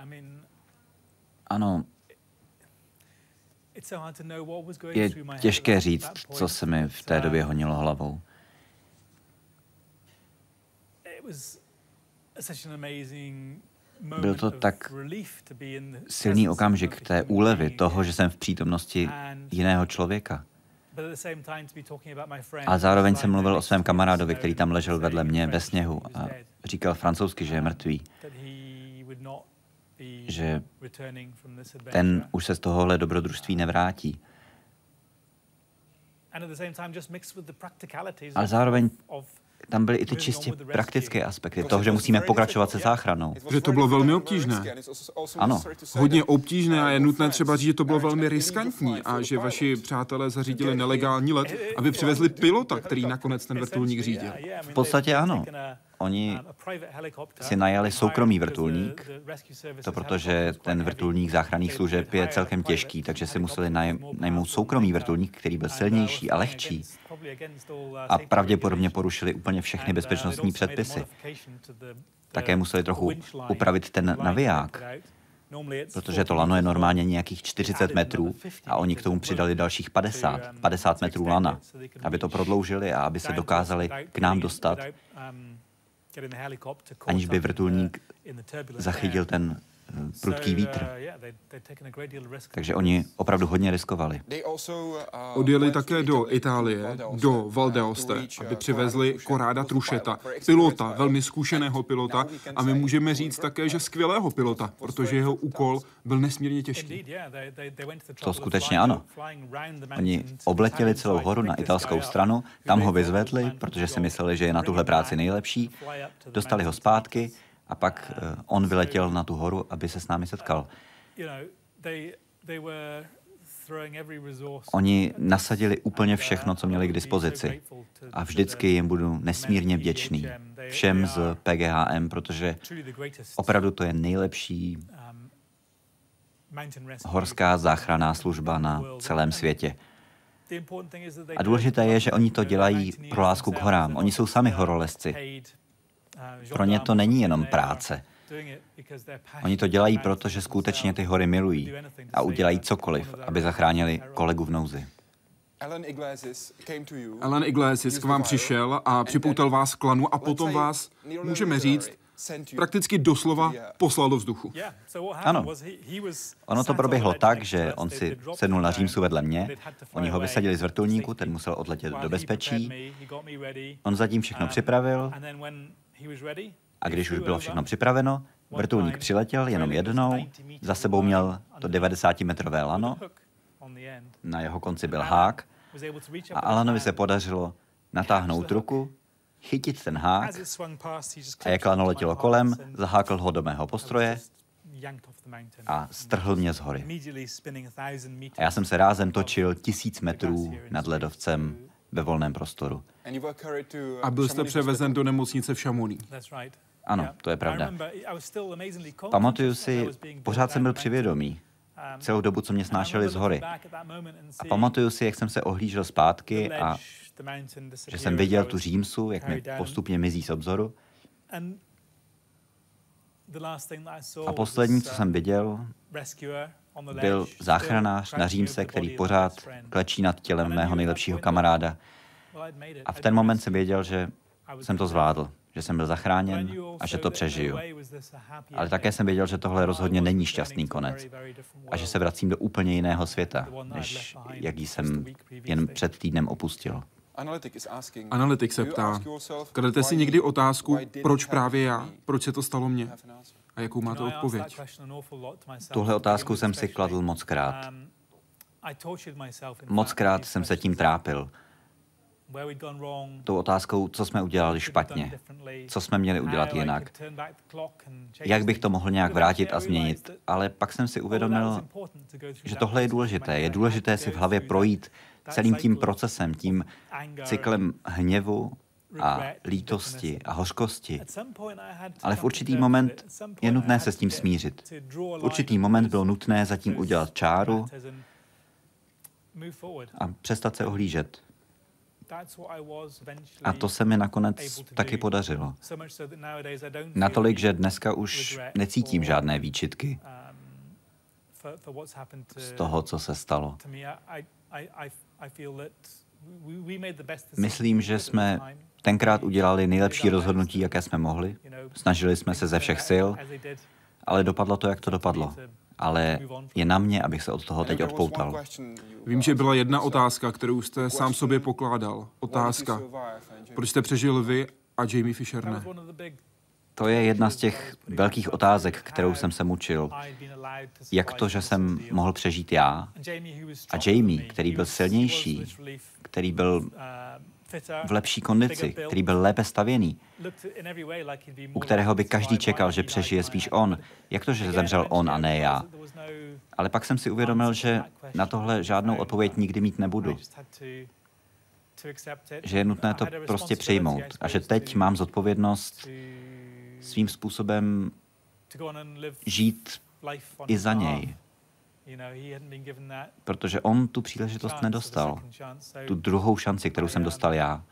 Ano. Je těžké říct, co se mi v té době honilo hlavou. Byl to tak silný okamžik té úlevy, toho, že jsem v přítomnosti jiného člověka. A zároveň jsem mluvil o svém kamarádovi, který tam ležel vedle mě ve sněhu a říkal francouzsky, že je mrtvý. Že ten už se z tohohle dobrodružství nevrátí. Ale zároveň tam byly i ty čistě praktické aspekty toho, že musíme pokračovat se záchranou. Že to bylo velmi obtížné. Ano. Hodně obtížné a je nutné třeba říct, že to bylo velmi riskantní a že vaši přátelé zařídili nelegální let, aby přivezli pilota, který nakonec ten vrtulník řídil. V podstatě ano. Oni si najali soukromý vrtulník, to protože ten vrtulník záchranných služeb je celkem těžký, takže si museli najmout soukromý vrtulník, který byl silnější a lehčí. A pravděpodobně porušili úplně všechny bezpečnostní předpisy. Také museli trochu upravit ten naviják, protože to lano je normálně nějakých čtyřicet metrů a oni k tomu přidali dalších padesát, padesát metrů lana, aby to prodloužili a aby se dokázali k nám dostat, aniž by vrtulník zachytil ten prudký vítr. Takže oni opravdu hodně riskovali. Odjeli také do Itálie, do Val d'Aoste, aby přivezli Corrada Truchetta, pilota, velmi zkušeného pilota, a my můžeme říct také, že skvělého pilota, protože jeho úkol byl nesmírně těžký. To skutečně ano. Oni obletěli celou horu na italskou stranu, tam ho vyzvedli, protože si mysleli, že je na tuhle práci nejlepší, dostali ho zpátky, a pak on vyletěl na tu horu, aby se s námi setkal. Oni nasadili úplně všechno, co měli k dispozici. A vždycky jim budu nesmírně vděčný. Všem z P G H M, protože opravdu to je nejlepší horská záchranná služba na celém světě. A důležité je, že oni to dělají pro lásku k horám. Oni jsou sami horolezci. Pro ně to není jenom práce. Oni to dělají proto, že skutečně ty hory milují a udělají cokoliv, aby zachránili kolegu v nouzi. Alan Iglesias k vám přišel a připoutal vás k lanu a potom vás, můžeme říct, prakticky doslova poslal do vzduchu. Ano. Ono to proběhlo tak, že on si sednul na římsu vedle mě, oni ho vysadili z vrtulníku, ten musel odletět do bezpečí, on zatím všechno připravil a když už bylo všechno připraveno, vrtulník přiletěl jenom jednou, za sebou měl to devadesátimetrové lano, na jeho konci byl hák a Alanovi se podařilo natáhnout ruku, chytit ten hák a jak lano letělo kolem, zahákl ho do mého postroje a strhl mě z hory. A já jsem se rázem točil tisíc metrů nad ledovcem ve volném prostoru. A byl jste převezen do nemocnice v Chamonix. Ano, to je pravda. Pamatuju si, pořád jsem byl při vědomí. Celou dobu, co mě snášeli z hory. A pamatuju si, jak jsem se ohlížel zpátky a že jsem viděl tu římsu, jak mi postupně mizí z obzoru. A poslední, co jsem viděl, byl záchranář na římse, který pořád klečí nad tělem mého nejlepšího kamaráda. A v ten moment jsem věděl, že jsem to zvládl, že jsem byl zachráněn a že to přežiju. Ale také jsem věděl, že tohle rozhodně není šťastný konec a že se vracím do úplně jiného světa, než jaký jsem jen před týdnem opustil. Analytik se ptá, kladete si někdy otázku, proč právě já, proč se to stalo mně? A jakou máte odpověď? Tuhle otázku jsem si kladl mockrát. Mockrát jsem se tím trápil. Tou otázkou, co jsme udělali špatně, co jsme měli udělat jinak, jak bych to mohl nějak vrátit a změnit. Ale pak jsem si uvědomil, že tohle je důležité. Je důležité si v hlavě projít celým tím procesem, tím cyklem hněvu a lítosti a hořkosti. Ale v určitý moment je nutné se s tím smířit. V určitý moment bylo nutné zatím udělat čáru a přestat se ohlížet. A to se mi nakonec taky podařilo. Natolik, že dneska už necítím žádné výčitky z toho, co se stalo. Myslím, že jsme tenkrát udělali nejlepší rozhodnutí, jaké jsme mohli. Snažili jsme se ze všech sil, ale dopadlo to, jak to dopadlo. Ale je na mě, abych se od toho teď odpoutal. Vím, že byla jedna otázka, kterou jste sám sobě pokládal. Otázka, proč jste přežil vy a Jamie Fisher ne? To je jedna z těch velkých otázek, kterou jsem se mučil. Jak to, že jsem mohl přežít já a Jamie, který byl silnější, který byl v lepší kondici, který byl lépe stavěný, u kterého by každý čekal, že přežije spíš on. Jak to, že zemřel on a ne já? Ale pak jsem si uvědomil, že na tohle žádnou odpověď nikdy mít nebudu. Že je nutné to prostě přijmout. A že teď mám zodpovědnost svým způsobem žít i za něj. Protože on tu příležitost nedostal. Tu druhou šanci, kterou jsem dostal já.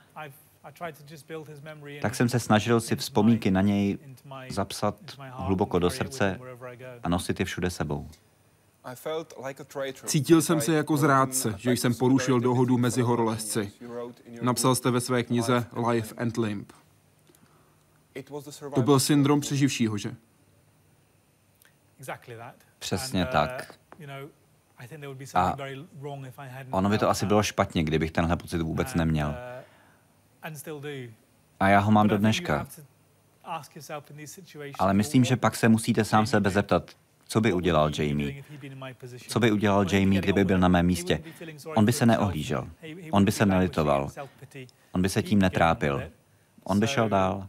Tak jsem se snažil si vzpomínky na něj zapsat hluboko do srdce a nosit je všude sebou. Cítil jsem se jako zrádce, že jsem porušil dohodu mezi horolezci. Napsal jste ve své knize Life and Limb. To byl syndrom přeživšího, že? Přesně tak. A ono by to asi bylo špatně, kdybych tenhle pocit vůbec neměl. A já ho mám do dneška. Ale myslím, že pak se musíte sám sebe zeptat, co by udělal Jamie? Co by udělal Jamie, kdyby byl na mém místě? On by se neohlížel. On by se nelitoval. On by se tím netrápil. On by šel dál.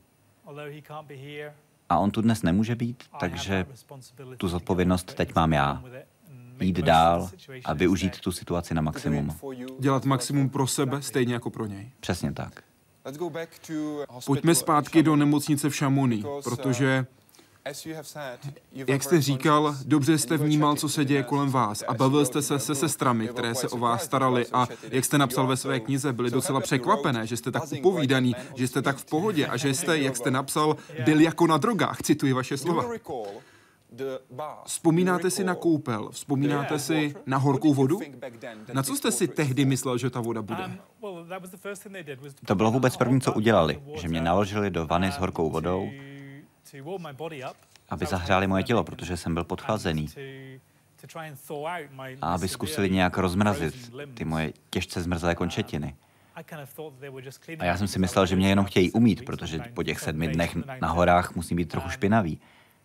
A on tu dnes nemůže být, takže tu zodpovědnost teď mám já. Jít dál a využít tu situaci na maximum. Dělat maximum pro sebe, stejně jako pro něj. Přesně tak. Pojďme zpátky do nemocnice v Chamonix, protože Jak jste říkal, dobře jste vnímal, co se děje kolem vás a bavil jste se se sestrami, které se o vás starali a jak jste napsal ve své knize, byli docela překvapené, že jste tak upovídaný, že jste tak v pohodě a že jste, jak jste napsal, byl jako na drogách, cituji vaše slova. Vzpomínáte si na koupel, vzpomínáte si na horkou vodu? Na co jste si tehdy myslel, že ta voda bude? To bylo vůbec první, co udělali, že mě naložili do vany s horkou vodou, aby zahřáli moje tělo, protože jsem byl podchlazený. A aby zkusili nějak rozmrazit ty moje těžce zmrzlé končetiny. A já jsem si myslel, že mě jenom chtějí umýt, protože po těch sedmi dnech na horách musím být trochu špinavý.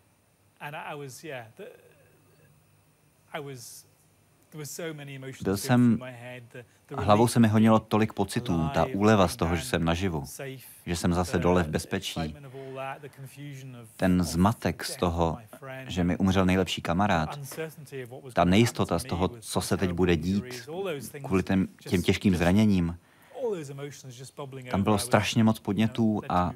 Byl jsem, hlavou se mi honilo tolik pocitů, ta úleva z toho, že jsem naživu, že jsem zase dole v bezpečí. Ten zmatek z toho, že mi umřel nejlepší kamarád, ta nejistota z toho, co se teď bude dít, kvůli těm, těm těžkým zraněním, tam bylo strašně moc podnětů a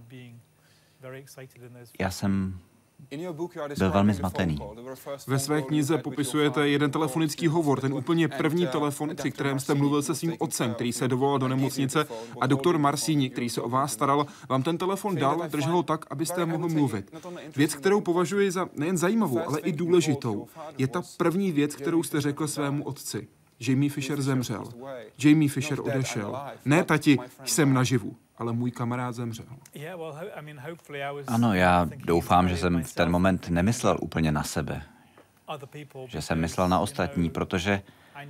já jsem byl velmi zmatený. Ve své knize popisujete jeden telefonický hovor, ten úplně první telefon, při kterém jste mluvil se svým otcem, který se dovolal do nemocnice a doktor Marsini, který se o vás staral, vám ten telefon dal, držel ho tak, abyste mohl mluvit. Věc, kterou považuji za nejen zajímavou, ale i důležitou, je ta první věc, kterou jste řekl svému otci. Jamie Fisher zemřel. Jamie Fisher odešel. Ne, tati, jsem naživu, ale můj kamarád zemřel. Ano, já doufám, že jsem v ten moment nemyslel úplně na sebe. Že jsem myslel na ostatní, protože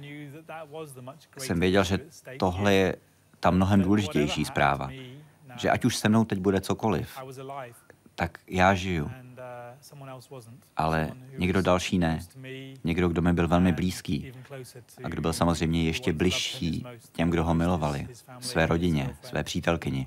jsem věděl, že tohle je ta mnohem důležitější zpráva. Že ať už se mnou teď bude cokoliv, tak já žiju. Ale někdo další ne. Někdo, kdo mi byl velmi blízký a kdo byl samozřejmě ještě bližší těm, kdo ho milovali, své rodině, své přítelkyni.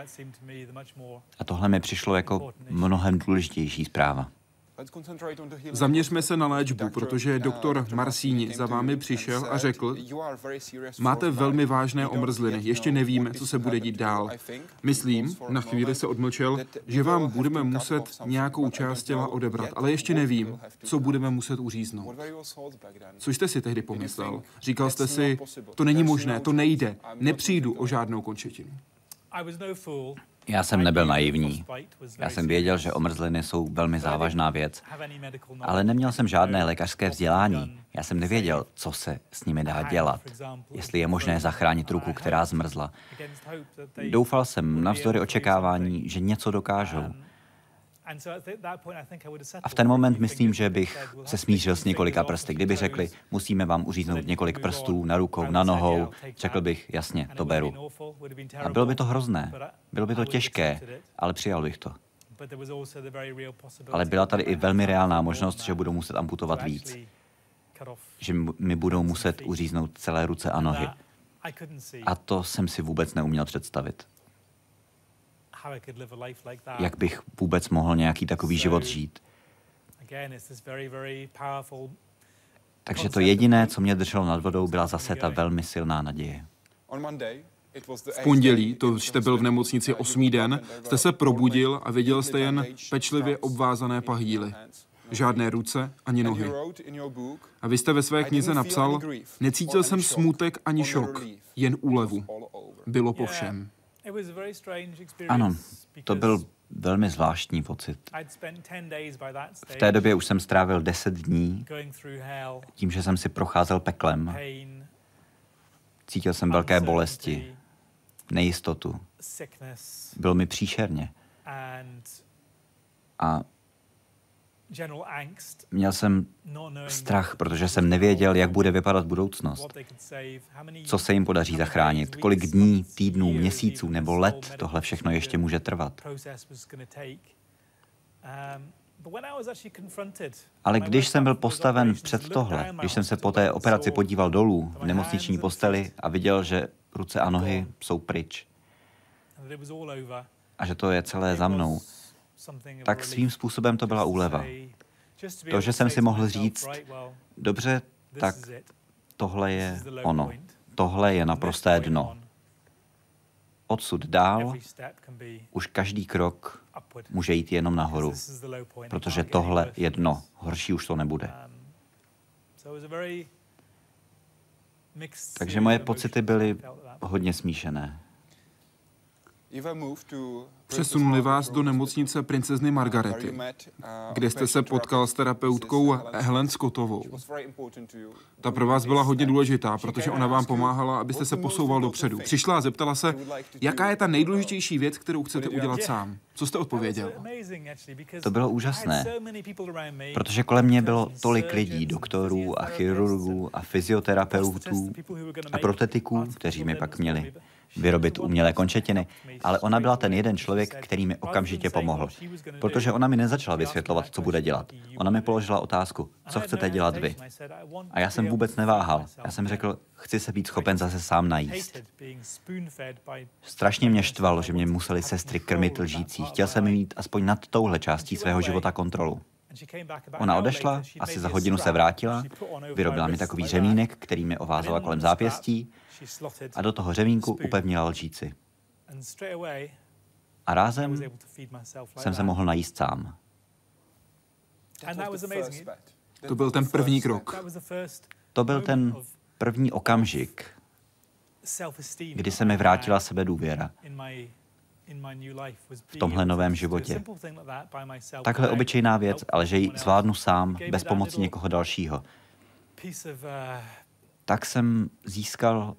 A tohle mi přišlo jako mnohem důležitější zpráva. Zaměřme se na léčbu, protože doktor Marsini za vámi přišel a řekl, máte velmi vážné omrzliny, ještě nevíme, co se bude dít dál. Myslím, na chvíli se odmlčel, že vám budeme muset nějakou část těla odebrat, ale ještě nevím, co budeme muset uříznout. Co jste si tehdy pomyslel? Říkal jste si, to není možné, to nejde, nepřijdu o žádnou končetinu. Já jsem nebyl naivní. Já jsem věděl, že omrzliny jsou velmi závažná věc, ale neměl jsem žádné lékařské vzdělání. Já jsem nevěděl, co se s nimi dá dělat, jestli je možné zachránit ruku, která zmrzla. Doufal jsem navzdory očekávání, že něco dokážou. A v ten moment myslím, že bych se smířil s několika prsty. Kdyby řekli, musíme vám uříznout několik prstů na rukou, na nohou, řekl bych, jasně, to beru. A bylo by to hrozné, bylo by to těžké, ale přijal bych to. Ale byla tady i velmi reálná možnost, že budou muset amputovat víc. Že mi budou muset uříznout celé ruce a nohy. A to jsem si vůbec neuměl představit. Jak bych vůbec mohl nějaký takový život žít. Takže to jediné, co mě drželo nad vodou, byla zase ta velmi silná naděje. V pondělí, to jste byl v nemocnici osmý den, jste se probudil a viděl jste jen pečlivě obvázané pahýly. Žádné ruce ani nohy. A vy jste ve své knize napsal, necítil jsem smutek ani šok, jen úlevu. Bylo po všem. Ano, to byl velmi zvláštní pocit. V té době už jsem strávil deset dní tím, že jsem si procházel peklem. Cítil jsem velké bolesti, nejistotu. Bylo mi příšerně. A měl jsem strach, protože jsem nevěděl, jak bude vypadat budoucnost. Co se jim podaří zachránit, kolik dní, týdnů, měsíců nebo let tohle všechno ještě může trvat. Ale když jsem byl postaven před tohle, když jsem se po té operaci podíval dolů v nemocniční posteli a viděl, že ruce a nohy jsou pryč a že to je celé za mnou, tak svým způsobem to byla úleva. To, že jsem si mohl říct, dobře, tak tohle je ono. Tohle je naprosté dno. odsud dál už každý krok může jít jenom nahoru, protože tohle je dno. Horší už to nebude. Takže moje pocity byly hodně smíšené. Přesunuli vás do nemocnice princezny Margarety, kde jste se potkal s terapeutkou Helen Scottovou. Ta pro vás byla hodně důležitá, protože ona vám pomáhala, abyste se posouval dopředu. Přišla a zeptala se, jaká je ta nejdůležitější věc, kterou chcete udělat sám. Co jste odpověděl? To bylo úžasné, protože kolem mě bylo tolik lidí, doktorů a chirurgů a fyzioterapeutů a protetiků, kteří mi pak měli vyrobit umělé končetiny, ale ona byla ten jeden člověk, který mi okamžitě pomohl, protože ona mi nezačala vysvětlovat, co bude dělat. Ona mi položila otázku, co chcete dělat vy. A já jsem vůbec neváhal. Já jsem řekl, chci se být schopen zase sám najíst. Strašně mě štvalo, že mě museli sestry krmit lžící. Chtěl jsem mít aspoň nad touhle částí svého života kontrolu. Ona odešla, asi za hodinu se vrátila, vyrobila mi takový řemínek, který mi ovázala kolem zápěstí a do toho řemínku upevnila lžíci. A rázem jsem se mohl najíst sám. To byl ten první krok. To byl ten první okamžik, kdy se mi vrátila sebedůvěra v tomhle novém životě. Takhle obyčejná věc, ale že ji zvládnu sám, bez pomoci někoho dalšího. Tak jsem získal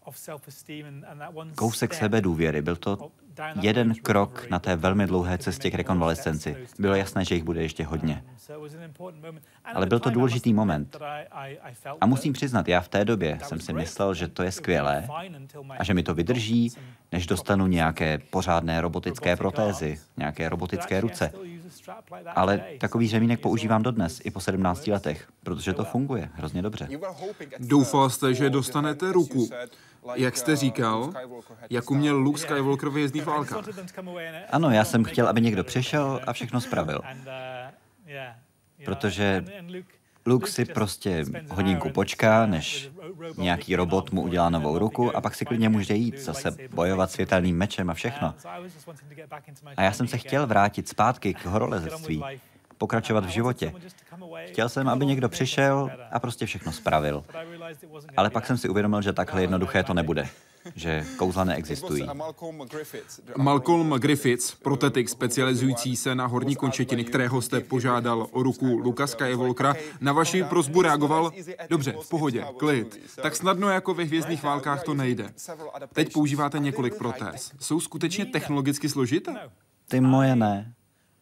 kousek sebedůvěry. Byl to jeden krok na té velmi dlouhé cestě k rekonvalescenci. Bylo jasné, že jich bude ještě hodně. Ale byl to důležitý moment. A musím přiznat, já v té době jsem si myslel, že to je skvělé a že mi to vydrží, než dostanu nějaké pořádné robotické protézy, nějaké robotické ruce. Ale takový řemínek používám dodnes, i po sedmnácti letech, protože to funguje hrozně dobře. Doufal jste, že dostanete ruku. Jak jste říkal, jak uměl Luke Skywalker v Jízdných válkách. Ano, já jsem chtěl, aby někdo přišel a všechno spravil. Protože Luke si prostě hodinku počká, než nějaký robot mu udělá novou ruku a pak si klidně může jít zase bojovat světelným mečem a všechno. A já jsem se chtěl vrátit zpátky k horolezectví, pokračovat v životě. Chtěl jsem, aby někdo přišel a prostě všechno spravil. Ale pak jsem si uvědomil, že takhle jednoduché to nebude. Že kouzla neexistují. Malcolm Griffiths, protetik specializující se na horní končetiny, kterého jste požádal o ruku Luka Skywalkera, na vaši prosbu reagoval, dobře, v pohodě, klid. Tak snadno jako ve Hvězdných válkách to nejde. Teď používáte několik protéz. Jsou skutečně technologicky složité? Ty moje ne.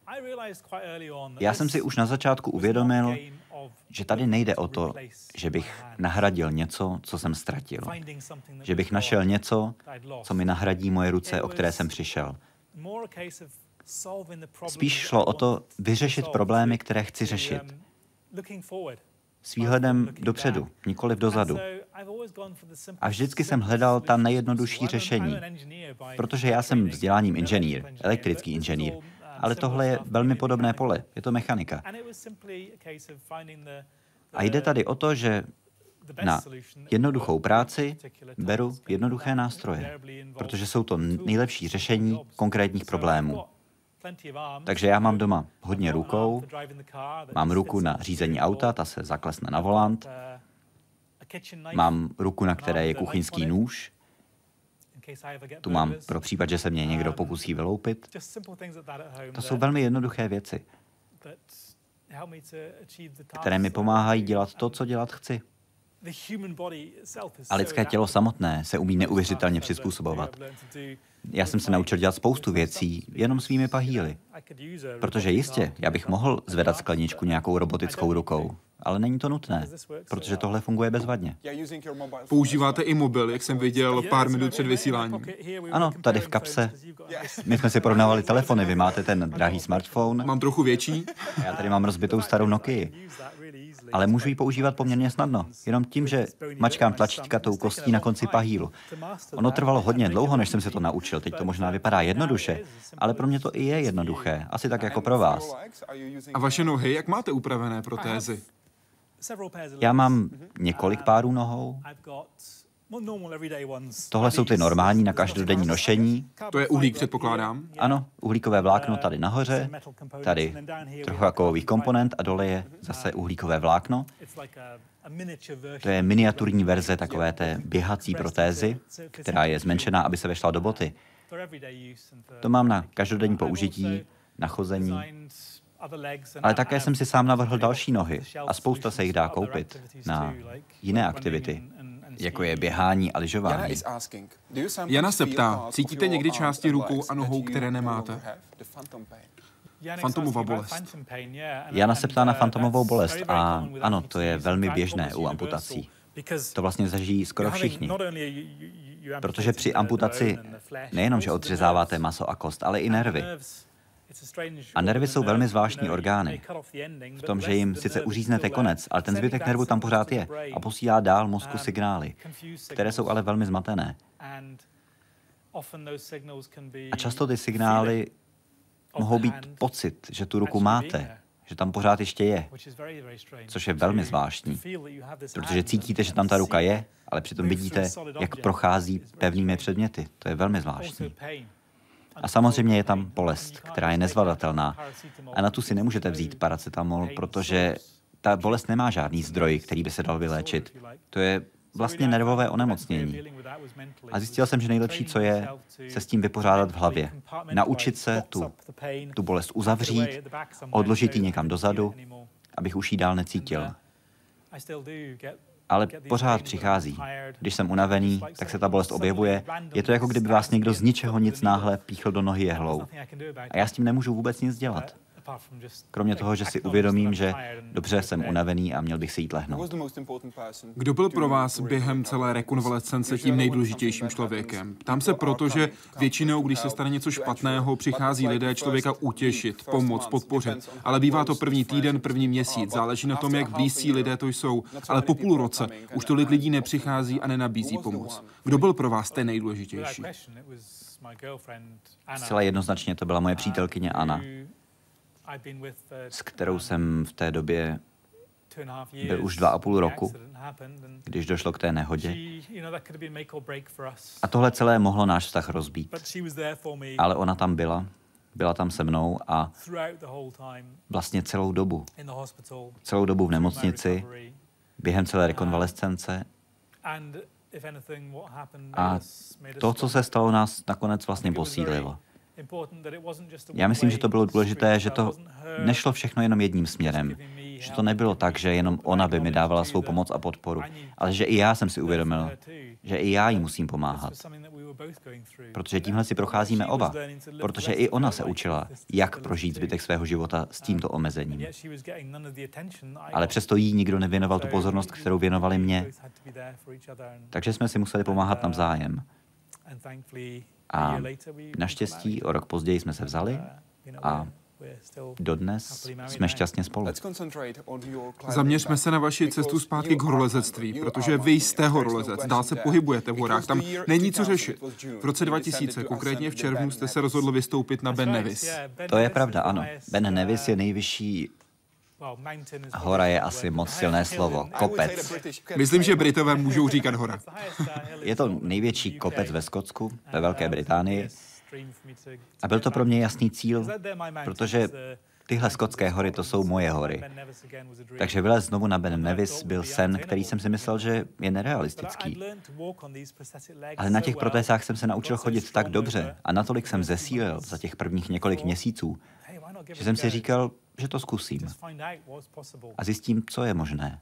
Já jsem si už na začátku uvědomil, že tady nejde o to, že bych nahradil něco, co jsem ztratil. Že bych našel něco, co mi nahradí moje ruce, o které jsem přišel. Spíš šlo o to vyřešit problémy, které chci řešit. S výhledem dopředu, nikoliv dozadu. A vždycky jsem hledal ta nejjednodušší řešení, protože já jsem vzděláním inženýr, elektrický inženýr, ale tohle je velmi podobné pole, je to mechanika. A jde tady o to, že na jednoduchou práci beru jednoduché nástroje, protože jsou to nejlepší řešení konkrétních problémů. Takže já mám doma hodně rukou, mám ruku na řízení auta, ta se zaklesne na volant, mám ruku, na které je kuchyňský nůž, tu mám pro případ, že se mě někdo pokusí vyloupit. To jsou velmi jednoduché věci, které mi pomáhají dělat to, co dělat chci. A lidské tělo samotné se umí neuvěřitelně přizpůsobovat. Já jsem se naučil dělat spoustu věcí jenom svými pahýly. Protože jistě, já bych mohl zvedat skleničku nějakou robotickou rukou, ale není to nutné, protože tohle funguje bezvadně. Používáte i mobil, jak jsem viděl pár minut před vysíláním. Ano, tady v kapse. My jsme si porovnávali telefony, vy máte ten drahý smartphone. Mám trochu větší. Já tady mám rozbitou starou Nokii. Ale můžu ji používat poměrně snadno. Jenom tím, že mačkám tlačítka tou kostí na konci pahýlu. Ono trvalo hodně dlouho, než jsem se to naučil. Teď to možná vypadá jednoduše, ale pro mě to i je jednoduché. Asi tak jako pro vás. A vaše nohy, jak máte upravené protézy? Já mám několik párů nohou. Tohle jsou ty normální na každodenní nošení. To je uhlík, předpokládám. Ano, uhlíkové vlákno tady nahoře, tady trochu jako kovový komponent a dole je zase uhlíkové vlákno. To je miniaturní verze takové té běhací protézy, která je zmenšená, aby se vešla do boty. To mám na každodenní použití, na chození, ale také jsem si sám navrhl další nohy a spousta se jich dá koupit na jiné aktivity, jako je běhání a lyžování. Jana se ptá, cítíte někdy části rukou a nohou, které nemáte? Fantomová bolest. Jana se ptá na fantomovou bolest a ano, to je velmi běžné u amputací. To vlastně zažijí skoro všichni. Protože při amputaci nejenom, že odřezáváte maso a kost, ale i nervy. A nervy jsou velmi zvláštní orgány. V tom, že jim sice uříznete konec, ale ten zbytek nervu tam pořád je a posílá dál mozku signály, které jsou ale velmi zmatené. A často ty signály mohou být pocit, že tu ruku máte, že tam pořád ještě je, což je velmi zvláštní, protože cítíte, že tam ta ruka je, ale přitom vidíte, jak prochází pevnými předměty. To je velmi zvláštní. A samozřejmě je tam bolest, která je nezvladatelná. A na tu si nemůžete vzít paracetamol, protože ta bolest nemá žádný zdroj, který by se dal vyléčit. To je vlastně nervové onemocnění. A zjistil jsem, že nejlepší, co je, se s tím vypořádat v hlavě. Naučit se tu, tu bolest uzavřít, odložit ji někam dozadu, abych už ji dál necítil. Ale pořád přichází. Když jsem unavený, tak se ta bolest objevuje. Je to jako kdyby vás někdo z ničeho nic náhle píchl do nohy jehlou. A já s tím nemůžu vůbec nic dělat. Kromě toho, že si uvědomím, že dobře, jsem unavený a měl bych si jít lehnout. Kdo byl pro vás během celé rekonvalescence tím nejdůležitějším člověkem? Ptám se proto, že většinou, když se stane něco špatného, přichází lidé člověka utěšit, pomoct, podpořit. Ale bývá to první týden, první měsíc, záleží na tom, jak blízcí lidé to jsou. Ale po půl roce už tolik lidí nepřichází a nenabízí pomoc. Kdo byl pro vás ten nejdůležitější? Zcela jednoznačně to byla moje přítelkyně Anna, s kterou jsem v té době byl už dva a půl roku, když došlo k té nehodě. A tohle celé mohlo náš vztah rozbít. Ale ona tam byla, byla tam se mnou a vlastně celou dobu. Celou dobu v nemocnici, během celé rekonvalescence. A to, co se stalo, nás nakonec vlastně posílilo. Já myslím, že to bylo důležité, že to nešlo všechno jenom jedním směrem. Že to nebylo tak, že jenom ona by mi dávala svou pomoc a podporu, ale že i já jsem si uvědomil, že i já jí musím pomáhat. Protože tímhle si procházíme oba. Protože i ona se učila, jak prožít zbytek svého života s tímto omezením. Ale přesto jí nikdo nevěnoval tu pozornost, kterou věnovali mě. Takže jsme si museli pomáhat navzájem. A naštěstí o rok později jsme se vzali a dodnes jsme šťastně spolu. Zaměřme se na vaši cestu zpátky k horolezectví, protože vy jste horolezec, dál se pohybujete v horách, tam není co řešit. V roce dva tisíce, konkrétně v červnu, jste se rozhodl vystoupit na Ben Nevis. To je pravda, ano. Ben Nevis je nejvyšší... Hora je asi moc silné slovo. Kopec. Myslím, že Britové můžou říkat hora. Je to největší kopec ve Skotsku, ve Velké Británii. A byl to pro mě jasný cíl, protože tyhle skotské hory, to jsou moje hory. Takže vylézt znovu na Ben Nevis byl sen, který jsem si myslel, že je nerealistický. Ale na těch protézách jsem se naučil chodit tak dobře a natolik jsem zesílil za těch prvních několik měsíců, že jsem si říkal, že to zkusím. A zjistím, co je možné.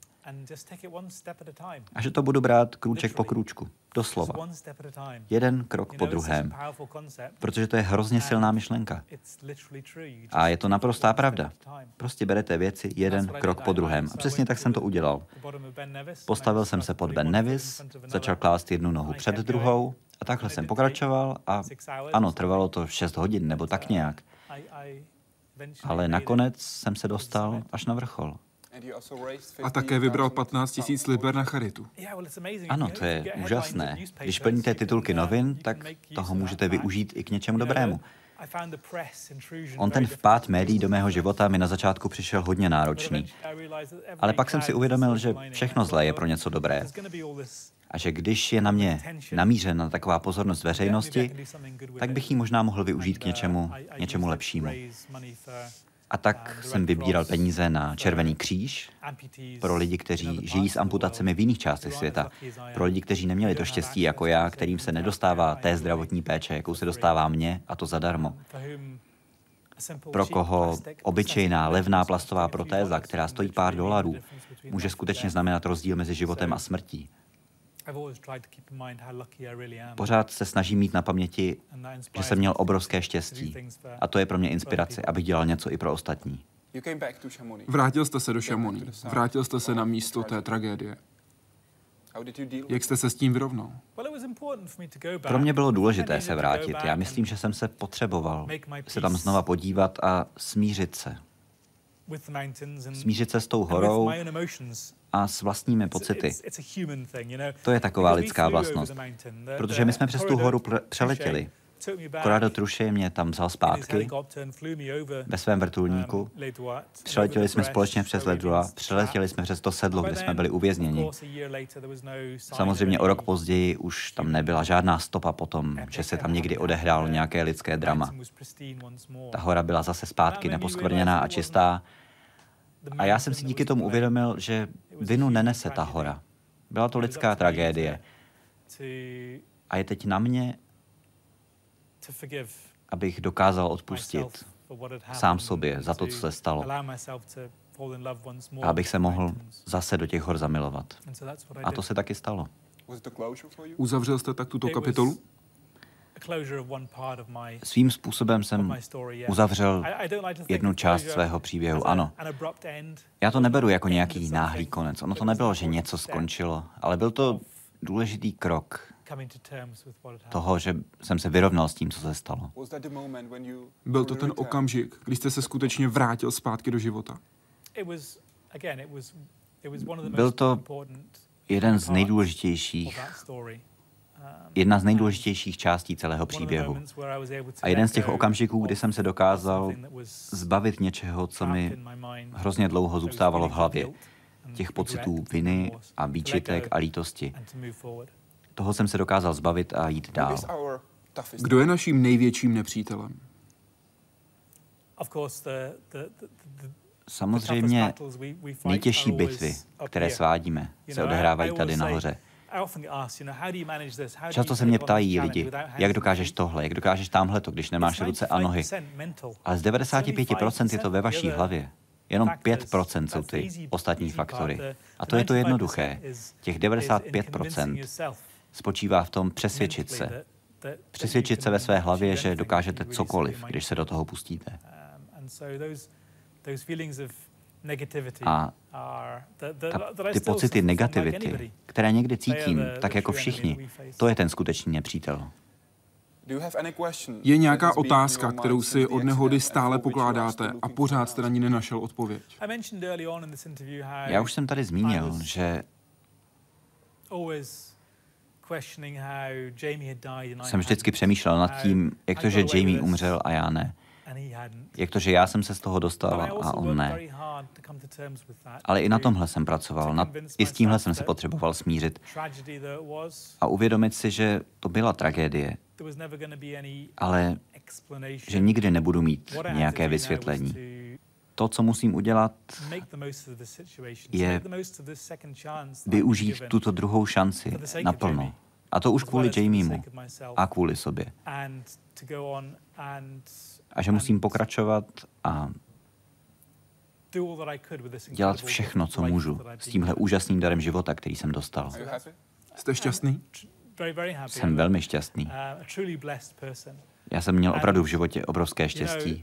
A že to budu brát krůček po krůčku. Doslova. Jeden krok po druhém. Protože to je hrozně silná myšlenka. A je to naprostá pravda. Prostě berete věci jeden krok po druhém. A přesně tak jsem to udělal. Postavil jsem se pod Ben Nevis, začal klást jednu nohu před druhou a takhle jsem pokračoval a ano, trvalo to šest hodin nebo tak nějak. Ale nakonec jsem se dostal až na vrchol. A také vybral patnáct tisíc liber na charitu. Ano, to je úžasné. Když plníte titulky novin, tak toho můžete využít i k něčemu dobrému. On ten vpád médií do mého života mi na začátku přišel hodně náročný. Ale pak jsem si uvědomil, že všechno zlé je pro něco dobré. A že když je na mě namířena taková pozornost veřejnosti, tak bych ji možná mohl využít k něčemu, něčemu lepšímu. A tak jsem vybíral peníze na Červený kříž pro lidi, kteří žijí s amputacemi v jiných částech světa. Pro lidi, kteří neměli to štěstí jako já, kterým se nedostává té zdravotní péče, jakou se dostává mně, a to zadarmo. Pro koho obyčejná levná plastová protéza, která stojí pár dolarů, může skutečně znamenat rozdíl mezi životem a smrtí. Pořád se snažím mít na paměti, že jsem měl obrovské štěstí. A to je pro mě inspirace, abych dělal něco i pro ostatní. Vrátil jste se do Chamonix. Vrátil jste se na místo té tragédie. Jak jste se s tím vyrovnal? Pro mě bylo důležité se vrátit. Já myslím, že jsem se potřeboval se tam znova podívat a smířit se. Smířit se s tou horou a s vlastními pocity. To je taková lidská vlastnost. Protože my jsme přes tu horu přeletěli. Corrado Truchet mě tam vzal zpátky ve svém vrtulníku. Přeletěli jsme společně přes Les Droits, přeletěli jsme přes to sedlo, kde jsme byli uvězněni. Samozřejmě o rok později už tam nebyla žádná stopa potom, že se tam někdy odehrálo nějaké lidské drama. Ta hora byla zase zpátky neposkvrněná a čistá. A já jsem si díky tomu uvědomil, že vinu nenese ta hora. Byla to lidská tragédie. A je teď na mě, abych dokázal odpustit sám sobě za to, co se stalo. A abych se mohl zase do těch hor zamilovat. A to se taky stalo. Uzavřel jste tak tuto kapitolu? Svým způsobem jsem uzavřel jednu část svého příběhu, ano. Já to neberu jako nějaký náhlý konec. Ono to nebylo, že něco skončilo, ale byl to důležitý krok toho, že jsem se vyrovnal s tím, co se stalo. Byl to ten okamžik, kdy jste se skutečně vrátil zpátky do života? Byl to jeden z nejdůležitějších, jedna z nejdůležitějších částí celého příběhu. A jeden z těch okamžiků, kdy jsem se dokázal zbavit něčeho, co mi hrozně dlouho zůstávalo v hlavě. Těch pocitů viny a výčitek a lítosti. Toho jsem se dokázal zbavit a jít dál. Kdo je naším největším nepřítelem? Samozřejmě nejtěžší bitvy, které svádíme, se odehrávají tady nahoře. Často se mě ptají lidi, jak dokážeš tohle, jak dokážeš támhleto, když nemáš ruce a nohy. Ale z devadesát pět procent je to ve vaší hlavě. Jenom pět procent jsou ty ostatní faktory. A to je to jednoduché. Těch devadesát pět procent spočívá v tom přesvědčit se. Přesvědčit se ve své hlavě, že dokážete cokoliv, když se do toho pustíte. A ta, ty pocity negativity, které někdy cítím, tak jako všichni, to je ten skutečný nepřítel. Je nějaká otázka, kterou si od nehody stále pokládáte a pořád jste na ní nenašel odpověď? Já už jsem tady zmínil, že jsem vždycky přemýšlel nad tím, jak to, že Jamie umřel a já ne. Jak to, že já jsem se z toho dostal a on ne. Ale i na tomhle jsem pracoval. Nad, I s tímhle jsem se potřeboval smířit. A uvědomit si, že to byla tragédie. Ale že nikdy nebudu mít nějaké vysvětlení. To, co musím udělat, je využít tuto druhou šanci naplno. A to už kvůli Jamiemu a kvůli sobě. A že musím pokračovat a dělat všechno, co můžu s tímhle úžasným darem života, který jsem dostal. Jste šťastný? Jsem velmi šťastný. Já jsem měl opravdu v životě obrovské štěstí.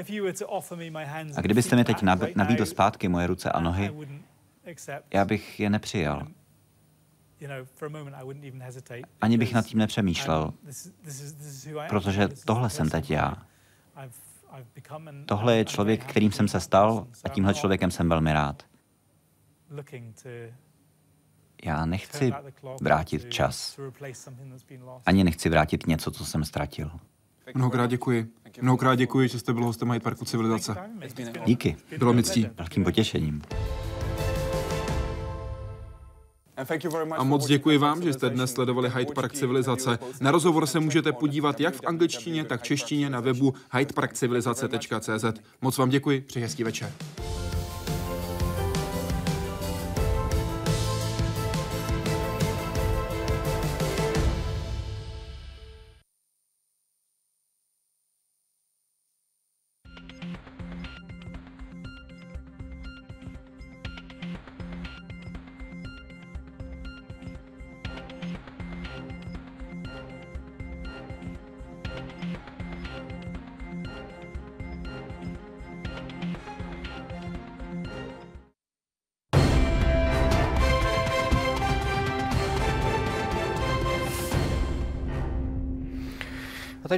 A kdybyste mi teď nabídl zpátky moje ruce a nohy, já bych je nepřijal. Ani bych nad tím nepřemýšlel, protože tohle jsem teď já. Tohle je člověk, kterým jsem se stal a tímhle člověkem jsem velmi rád. Já nechci vrátit čas. Ani nechci vrátit něco, co jsem ztratil. Mnohokrát děkuji. Mnohokrát děkuji, že jste byl hostem Hyde Parku Civilizace. Díky. Bylo mi ctí. Velkým potěšením. A moc děkuji vám, že jste dnes sledovali Hyde Park Civilizace. Na rozhovor se můžete podívat jak v angličtině, tak v češtině na webu hyde park civilizace tečka cé zet. Moc vám děkuji, přeji hezký večer.